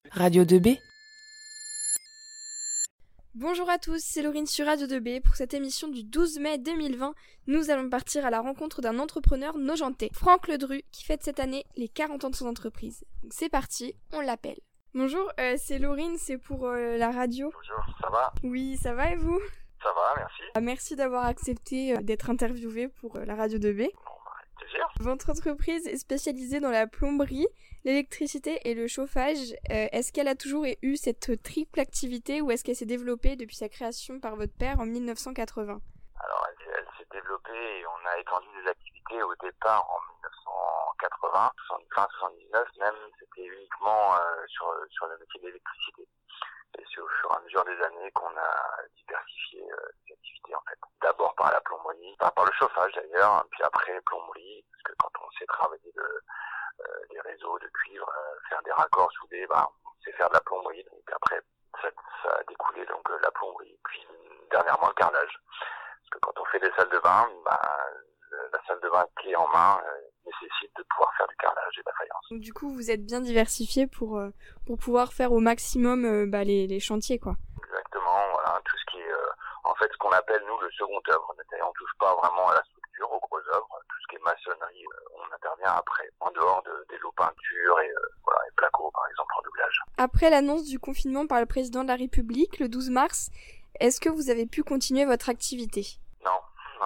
Radio 2B. Bonjour à tous, c'est Laurine sur Radio 2B. Pour cette émission du 12 mai 2020, nous allons partir à la rencontre d'un entrepreneur nojentais, Franck Ledru, qui fête cette année les 40 ans de son entreprise. Donc c'est parti, on l'appelle. Bonjour, c'est Laurine, c'est pour la radio. Bonjour, ça va ? Oui, ça va et vous ? Ça va, merci. Merci d'avoir accepté d'être interviewé pour la Radio 2B. Avec plaisir. Votre entreprise est spécialisée dans la plomberie, l'électricité et le chauffage. Est-ce qu'elle a toujours eu cette triple activité ou est-ce qu'elle s'est développée depuis sa création par votre père en 1980 ? Alors, elle s'est développée et on a étendu des activités au départ en 1980, fin 79 même, c'était uniquement sur le métier de l'électricité. Et c'est au fur et à mesure des années qu'on a diversifié les activités en fait. D'abord par la plomberie, par le chauffage d'ailleurs, puis après plomberie, parce que quand on sait travailler les réseaux de cuivre, faire des raccords soudés, on sait faire de la plomberie. Donc après, ça a découlé donc la plomberie, puis dernièrement le carrelage. Parce que quand on fait des salles de bain, la salle de bain clé en main nécessite de pouvoir faire du carrelage et de la faïence. Donc du coup, vous êtes bien diversifié pour pouvoir faire au maximum les chantiers, quoi. Exactement, voilà, tout ce qui est en fait ce qu'on appelle nous le second œuvre. C'est-à-dire on touche pas vraiment à la structure, aux grosses œuvres. Tout ce qui est maçonnerie, on intervient après, en dehors des lots peinture et placo par exemple en doublage. Après l'annonce du confinement par le président de la République le 12 mars, est-ce que vous avez pu continuer votre activité ? Non,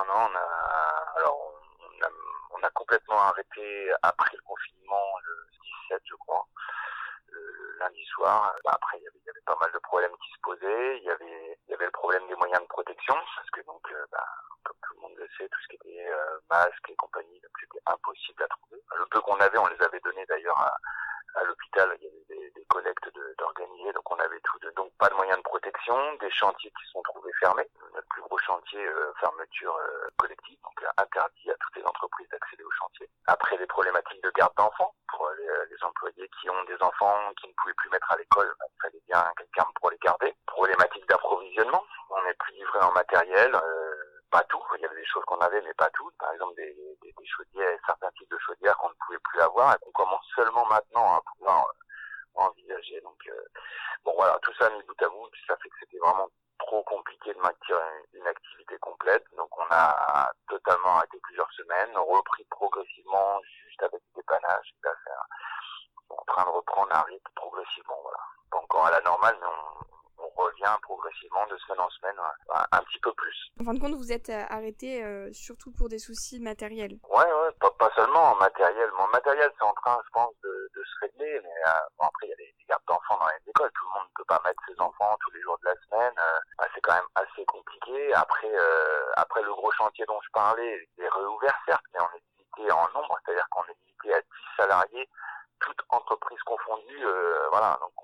on a complètement arrêté après le confinement le 17 je crois, le lundi soir. Après il y avait pas mal de problèmes qui se posaient, il y avait le problème des moyens de protection, parce que donc comme tout le monde le sait, tout ce qui était masques et compagnie, donc c'était impossible à trouver. Le peu qu'on avait, on les avait donnés d'ailleurs à l'hôpital, il y avait des collectes d'organiser, donc on avait tout, donc pas de moyens de protection, des chantiers qui se sont trouvés fermés. Notre plus gros chantier, fermeture collective, donc interdit à toutes les entreprises d'accéder au chantier. Après, les problématiques de garde d'enfants, pour les employés qui ont des enfants qui ne pouvaient plus mettre à l'école, il fallait bien quelqu'un pour les garder. Problématique d'approvisionnement, on n'est plus livré en matériel, pas tout, il y avait des choses qu'on avait mais pas tout, par exemple des chaudières, certains types de chaudières qu'on ne pouvait plus avoir et qu'on commence seulement maintenant à pouvoir envisager. Donc voilà, tout ça mis bout à bout, ça fait que c'était vraiment trop compliqué de maintenir une activité complète. Donc on a totalement arrêté plusieurs semaines, repris progressivement juste avec des dépannages, en train de reprendre un rythme progressivement, voilà. Pas encore à la normale, mais on revient progressivement de semaine en semaine, un petit peu plus. En fin de compte, vous êtes arrêté surtout pour des soucis matériels. Ouais, pas seulement en matériel. Mon matériel, c'est en train, je pense, de se régler, mais après, il y a des gardes d'enfants dans les écoles. Tout le monde ne peut pas mettre ses enfants tous les jours de la semaine. C'est quand même assez compliqué. Après le gros chantier dont je parlais, il est réouvert, certes, mais on est limité en nombre, c'est-à-dire qu'on est limité à 10 salariés, toutes entreprises confondues, voilà. Donc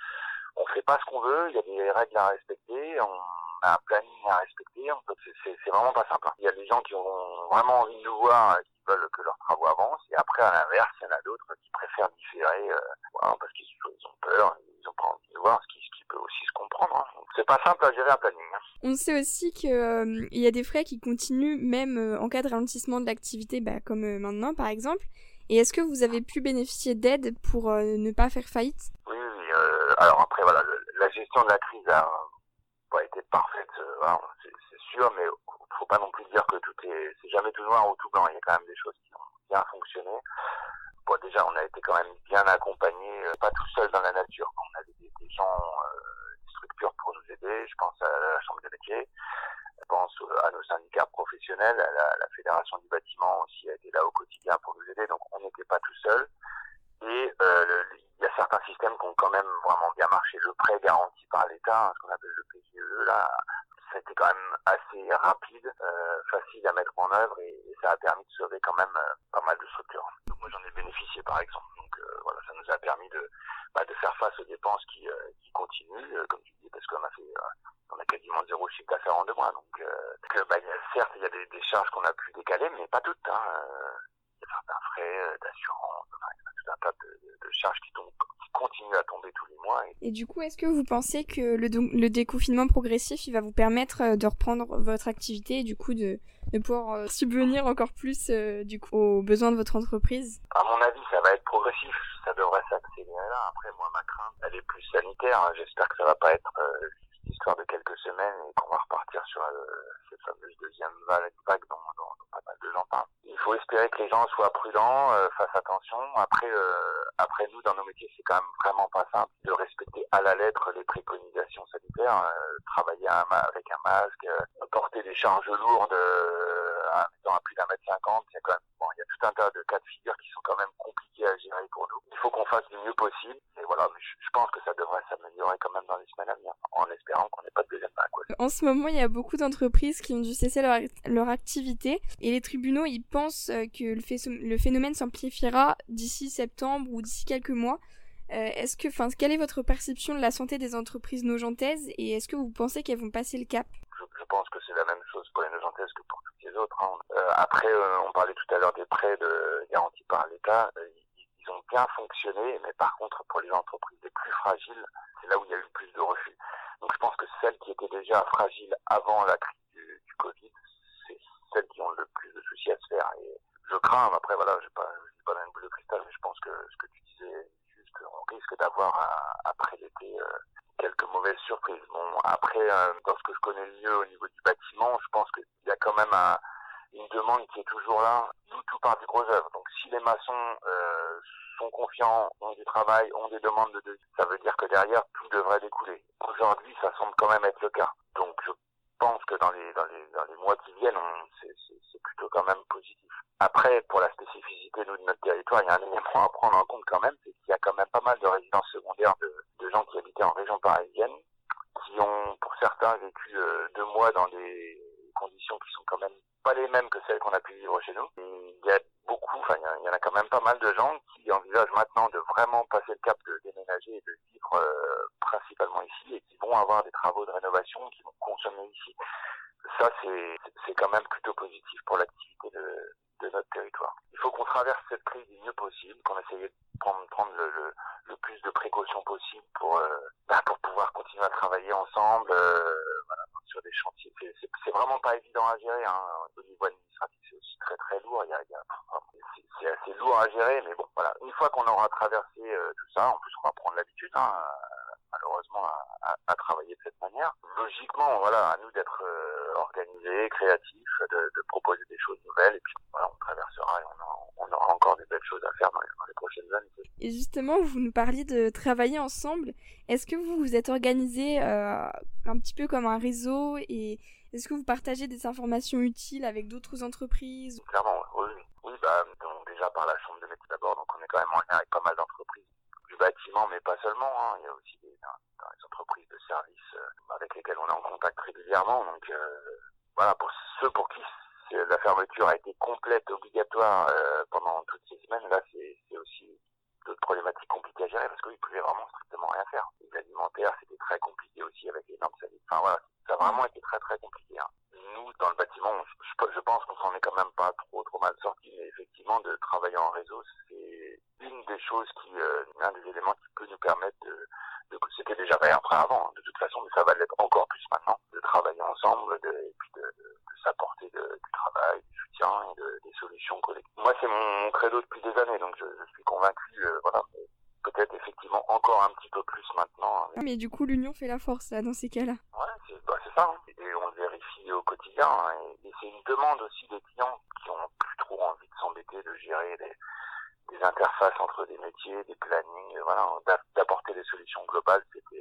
on fait pas ce qu'on veut, il y a des règles à respecter, on a un planning à respecter, c'est vraiment pas simple. Il y a des gens qui ont vraiment envie de nous voir, qui veulent que leurs travaux avancent, et après à l'inverse, il y en a d'autres qui préfèrent différer, parce qu'ils ont peur, ils ont pas envie de nous voir, ce qui peut aussi se comprendre. Donc, c'est pas simple à gérer un planning. On sait aussi qu'il y a des frais qui continuent même en cas de ralentissement de l'activité, comme maintenant par exemple. Et est-ce que vous avez pu bénéficier d'aide pour ne pas faire faillite ? Oui. Alors après, voilà, la gestion de la crise n'a pas été parfaite, c'est sûr, mais faut pas non plus dire que c'est jamais tout noir ou tout blanc. Il y a quand même des choses qui ont bien fonctionné. Bon, déjà, on a été quand même bien accompagnés, pas tout seul dans la nature. On avait des gens, des structures pour nous aider. Je pense à la Chambre des métiers. Je pense à nos syndicats professionnels, à la Fédération du bâtiment aussi a été là au quotidien pour nous aider. Donc, on n'était pas tout seul. Et il y a certains systèmes qui ont quand même vraiment bien marché. Le prêt garanti par l'État, ce qu'on appelle le PGE, là, ça a été quand même assez rapide, facile à mettre en œuvre et ça a permis de sauver quand même pas mal de structures. Donc moi j'en ai bénéficié par exemple. Donc voilà, ça nous a permis de faire face aux dépenses qui continuent, comme tu dis, parce qu'on a quasiment zéro chiffre d'affaires en 2 mois. Donc certes il y a des charges qu'on a pu décaler, mais pas toutes. Il y a certains frais d'assurance, il y a tout un tas de charges qui continuent à tomber tous les mois. Et du coup, est-ce que vous pensez que le déconfinement progressif, il va vous permettre de reprendre votre activité et du coup de pouvoir subvenir encore plus aux besoins de votre entreprise ? À mon avis, ça va être progressif. ça devrait s'accélérer là. Après, moi, ma crainte, elle est plus sanitaire. Hein. J'espère que ça va pas être juste l'histoire de quelques semaines et qu'on va repartir sur cette fameuse deuxième vague dont pas mal de gens parlent. Il faut espérer que les gens soient prudents, fassent attention. Après nous, dans nos métiers, c'est quand même vraiment pas simple de respecter à la lettre les préconisations sanitaires. Travailler avec un masque, porter des charges lourdes en étant à plus d'1,50 m, il y a quand même il y a tout un tas de cas de figure qui sont quand même compliqués à gérer pour nous. Il faut qu'on fasse du mieux possible. Et voilà, mais je pense que ça devrait s'améliorer quand même dans les semaines à venir, en espérant qu'on n'ait pas de deuxième vague. Ouais. En ce moment, il y a beaucoup d'entreprises qui ont dû cesser leur activité et les tribunaux, ils pensent que le phénomène s'amplifiera d'ici septembre ou d'ici quelques mois. Quelle est votre perception de la santé des entreprises nogentaises et est-ce que vous pensez qu'elles vont passer le cap? Je pense que c'est la même chose pour les nogentaises que pour toutes les autres. Hein. Après, on parlait tout à l'heure des prêts garantis par l'État. Ils ont bien fonctionné, mais par contre, pour les entreprises les plus fragiles, c'est là où il y a eu le plus de refus. Donc je pense que celles qui étaient déjà fragiles avant la crise du Covid, c'est celles qui ont le plus de soucis à se faire. Et je crains, après voilà, je dis pas dans une boule de cristal, mais je pense que ce que tu disais est juste, on risque d'avoir après l'été quelques mauvaises surprises. Bon, après, dans ce que je connais le mieux au niveau du bâtiment, je pense qu'il y a quand même une demande qui est toujours là. Nous, tout part du gros œuvre. Donc, si les maçons sont confiants, ont du travail, ont des demandes de devis, ça veut dire que derrière, tout devrait découler. Aujourd'hui, ça semble quand même être le cas. Donc, je pense que dans les mois qui viennent, c'est plutôt quand même positif. Après, pour la spécificité de notre territoire, il y a un élément à prendre en compte quand même, c'est qu'il y a quand même pas mal de résidences secondaires de gens qui habitaient en région parisienne, qui ont, pour certains, vécu 2 mois dans des conditions qui sont quand même pas les mêmes que celles qu'on a pu vivre chez nous. Et il y a il y en a quand même pas mal de gens qui envisagent maintenant de vraiment passer le cap de déménager et de vivre principalement ici et qui vont avoir des travaux de rénovation qui vont consommer ici. Ça, c'est quand même plutôt positif pour l'activité de notre territoire. Il faut qu'on traverse cette crise du mieux possible, qu'on essaye de prendre le plus de précautions possible pour pouvoir continuer à travailler ensemble sur des chantiers. C'est vraiment pas évident à gérer. Hein. Au niveau administratif, c'est aussi très très lourd. C'est assez lourd à gérer, mais bon, voilà. Une fois qu'on aura traversé tout ça, en plus on va prendre l'habitude, malheureusement, à travailler de cette manière. Logiquement, voilà, à nous d'être organisés, créatifs, de proposer des choses nouvelles, et puis voilà, on traversera et on aura encore des belles choses à faire dans les prochaines années. Et justement, vous nous parliez de travailler ensemble. Est-ce que vous vous êtes organisé un petit peu comme un réseau et est-ce que vous partagez des informations utiles avec d'autres entreprises? Clairement, oui. Donc déjà par la chambre de métier d'abord, donc on est quand même en lien avec pas mal d'entreprises du bâtiment, mais pas seulement. Hein. Il y a aussi des entreprises de services avec lesquelles on est en contact régulièrement. Donc voilà, pour ceux pour qui la fermeture a été complète, obligatoire pendant toutes ces semaines, là c'est aussi d'autres problématiques compliquées à gérer parce qu'ils pouvaient vraiment strictement rien faire. Les alimentaires, c'était très compliqué aussi avec les normes sanitaires. Enfin voilà, ça a vraiment été très très compliqué. Hein. Nous, dans le bâtiment, je pense qu'on s'en est quand même pas trop mal sorti, mais effectivement, de travailler en réseau, c'est une des choses un des éléments qui peut nous permettre c'était déjà vrai après avant, de toute façon, mais ça va l'être encore plus maintenant, de travailler ensemble, et puis de s'apporter du travail, du soutien et des solutions collectives. Moi, c'est mon credo depuis des années, donc je suis convaincu, voilà, peut-être effectivement encore un petit peu plus maintenant. Mais du coup, l'union fait la force, là, dans ces cas-là. Ouais, c'est ça, hein. Et on le vérifie au quotidien, hein, et c'est une demande aussi des clients qui ont plus trop envie de s'embêter, de gérer des interfaces entre des métiers, des plannings, voilà, d'apporter des solutions globales,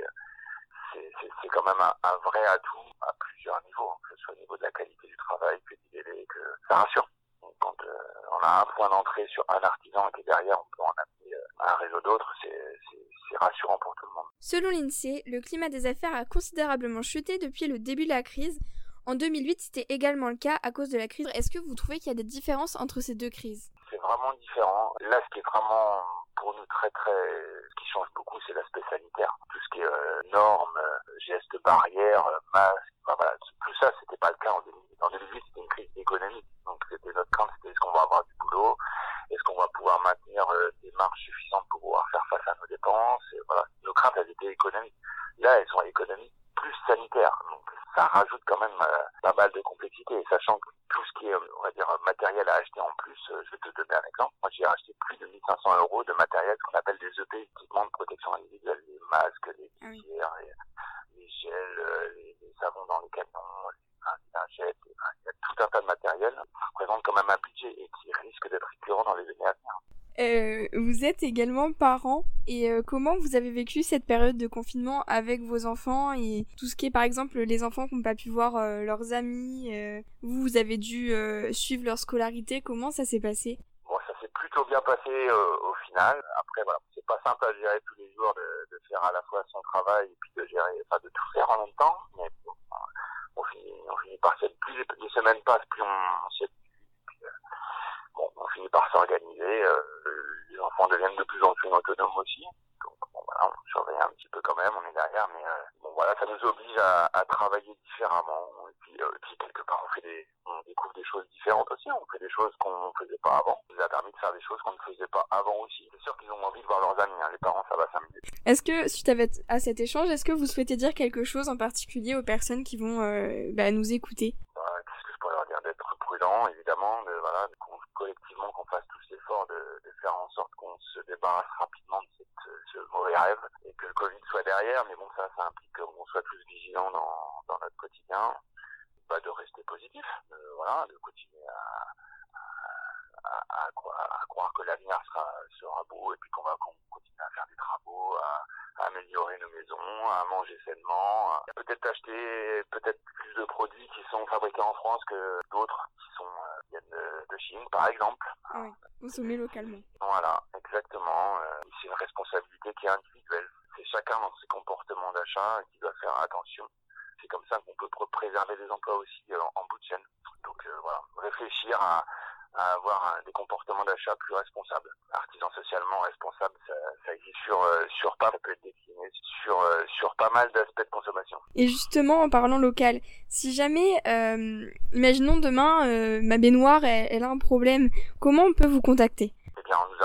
c'est quand même un vrai atout à plusieurs niveaux, hein, que ce soit au niveau de la qualité du travail, que du délai, que ça rassure. Donc, quand on a un point d'entrée sur un artisan et que derrière on peut en amener un réseau d'autres, c'est rassurant pour tout le monde. Selon l'INSEE, le climat des affaires a considérablement chuté depuis le début de la crise. En 2008, c'était également le cas à cause de la crise. Est-ce que vous trouvez qu'il y a des différences entre ces deux crises? C'est vraiment différent. Là, ce qui est vraiment pour nous ce qui change beaucoup, c'est l'aspect sanitaire. Tout ce qui est normes, gestes barrières, masques, voilà. Tout ça, c'était pas le cas en 2008. En 2008, c'était une crise économique. Donc, c'était notre crainte, c'était est-ce qu'on va avoir du boulot? Est-ce qu'on va pouvoir maintenir des marges suffisantes pour pouvoir faire face à nos dépenses? Et voilà. Nos craintes, elles étaient économiques. Là, elles sont économiques plus sanitaires. Donc, ça rajoute quand même pas mal de complexité, et sachant que tout ce qui est, on va dire, matériel à acheter en plus, je vais te donner un exemple. Moi, j'ai acheté plus de 1500 € de matériel qu'on appelle des EP, équipements de protection individuelle, les masques, les visières, les gels, les savons dans les camions, les lingettes, il y a tout un tas de matériel qui représente quand même un budget et qui risque d'être récurrent dans les années à venir. Vous êtes également parent et comment vous avez vécu cette période de confinement avec vos enfants et tout ce qui est par exemple les enfants qui n'ont pas pu voir leurs amis, vous avez dû suivre leur scolarité, comment ça s'est passé? Bon, ça s'est plutôt bien passé au final. Après voilà, c'est pas simple à gérer tous les jours de faire à la fois son travail et puis de tout faire en même temps, mais bon, on finit par plus les semaines passent, plus on s'y habitue. Bon, on finit par s'organiser, les enfants deviennent de plus en plus autonomes aussi, donc bon, voilà, on surveille un petit peu quand même, on est derrière, mais bon voilà, ça nous oblige à travailler différemment, et puis quelque part on découvre des choses différentes aussi, on fait des choses qu'on ne faisait pas avant, ça nous a permis de faire des choses qu'on ne faisait pas avant aussi. C'est sûr qu'ils ont envie de voir leurs amis, les parents ça va s'amuser. Est-ce que, suite à cet échange, est-ce que vous souhaitez dire quelque chose en particulier aux personnes qui vont nous écouter? Qu'est-ce que je pourrais leur dire? D'être prudent, évidemment, collectivement qu'on fasse tous l'effort de faire en sorte qu'on se débarrasse rapidement de ce mauvais rêve et que le Covid soit derrière, mais bon, ça implique qu'on soit tous vigilants dans notre quotidien, de rester positif, de continuer à croire que l'avenir sera beau et puis qu'on va continuer à faire des travaux, à améliorer nos maisons, à manger sainement, peut-être acheter plus de produits qui sont fabriqués en France que d'autres qui viennent de Chine, par exemple. Oui, consommer localement. Voilà, exactement. C'est une responsabilité qui est individuelle. C'est chacun dans ses comportements d'achat qui doit faire attention. C'est comme ça qu'on peut préserver les emplois aussi en bout de chaîne. Donc voilà, réfléchir à avoir des comportements d'achat plus responsables. Artisan socialement responsable, ça existe sur pas, ça peut être décliné sur pas mal d'aspects de consommation. Et justement, en parlant local, si jamais, imaginons demain, ma baignoire, elle a un problème, comment on peut vous contacter? Eh bien, en nous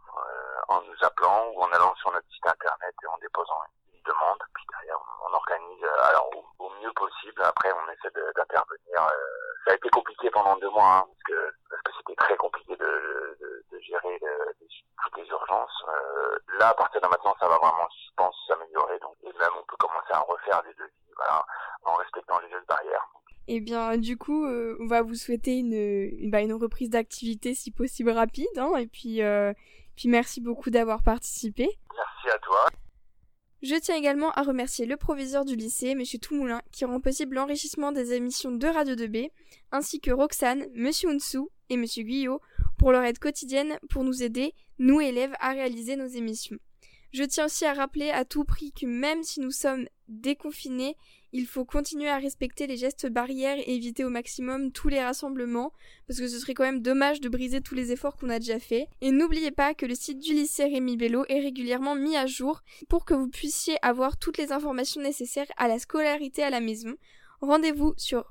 appelant ou en allant sur notre site internet et en déposant une demande, puis derrière on organise au mieux possible. Après on essaie d'intervenir. Ça a été compliqué pendant 2 mois parce que c'était très compliqué de gérer toutes les urgences. Là à partir de maintenant ça va vraiment, je pense, s'améliorer. Donc, et même on peut commencer à refaire des devis, en respectant les gestes barrières. Eh bien, du coup, on va vous souhaiter une reprise d'activité si possible rapide, et puis merci beaucoup d'avoir participé. Merci à toi. Je tiens également à remercier le proviseur du lycée, M. Toumoulin, qui rend possible l'enrichissement des émissions de Radio 2B, ainsi que Roxane, M. Unsou et M. Guyot pour leur aide quotidienne pour nous aider, nous élèves, à réaliser nos émissions. Je tiens aussi à rappeler à tout prix que même si nous sommes déconfinés, il faut continuer à respecter les gestes barrières et éviter au maximum tous les rassemblements, parce que ce serait quand même dommage de briser tous les efforts qu'on a déjà faits. Et n'oubliez pas que le site du lycée Rémi Bello est régulièrement mis à jour pour que vous puissiez avoir toutes les informations nécessaires à la scolarité à la maison. Rendez-vous sur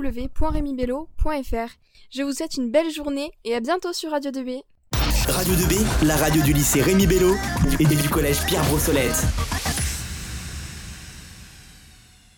www.remibello.fr. Je vous souhaite une belle journée et à bientôt sur Radio 2B. Radio 2B, la radio du lycée Rémi Bello et du collège Pierre Brossolette.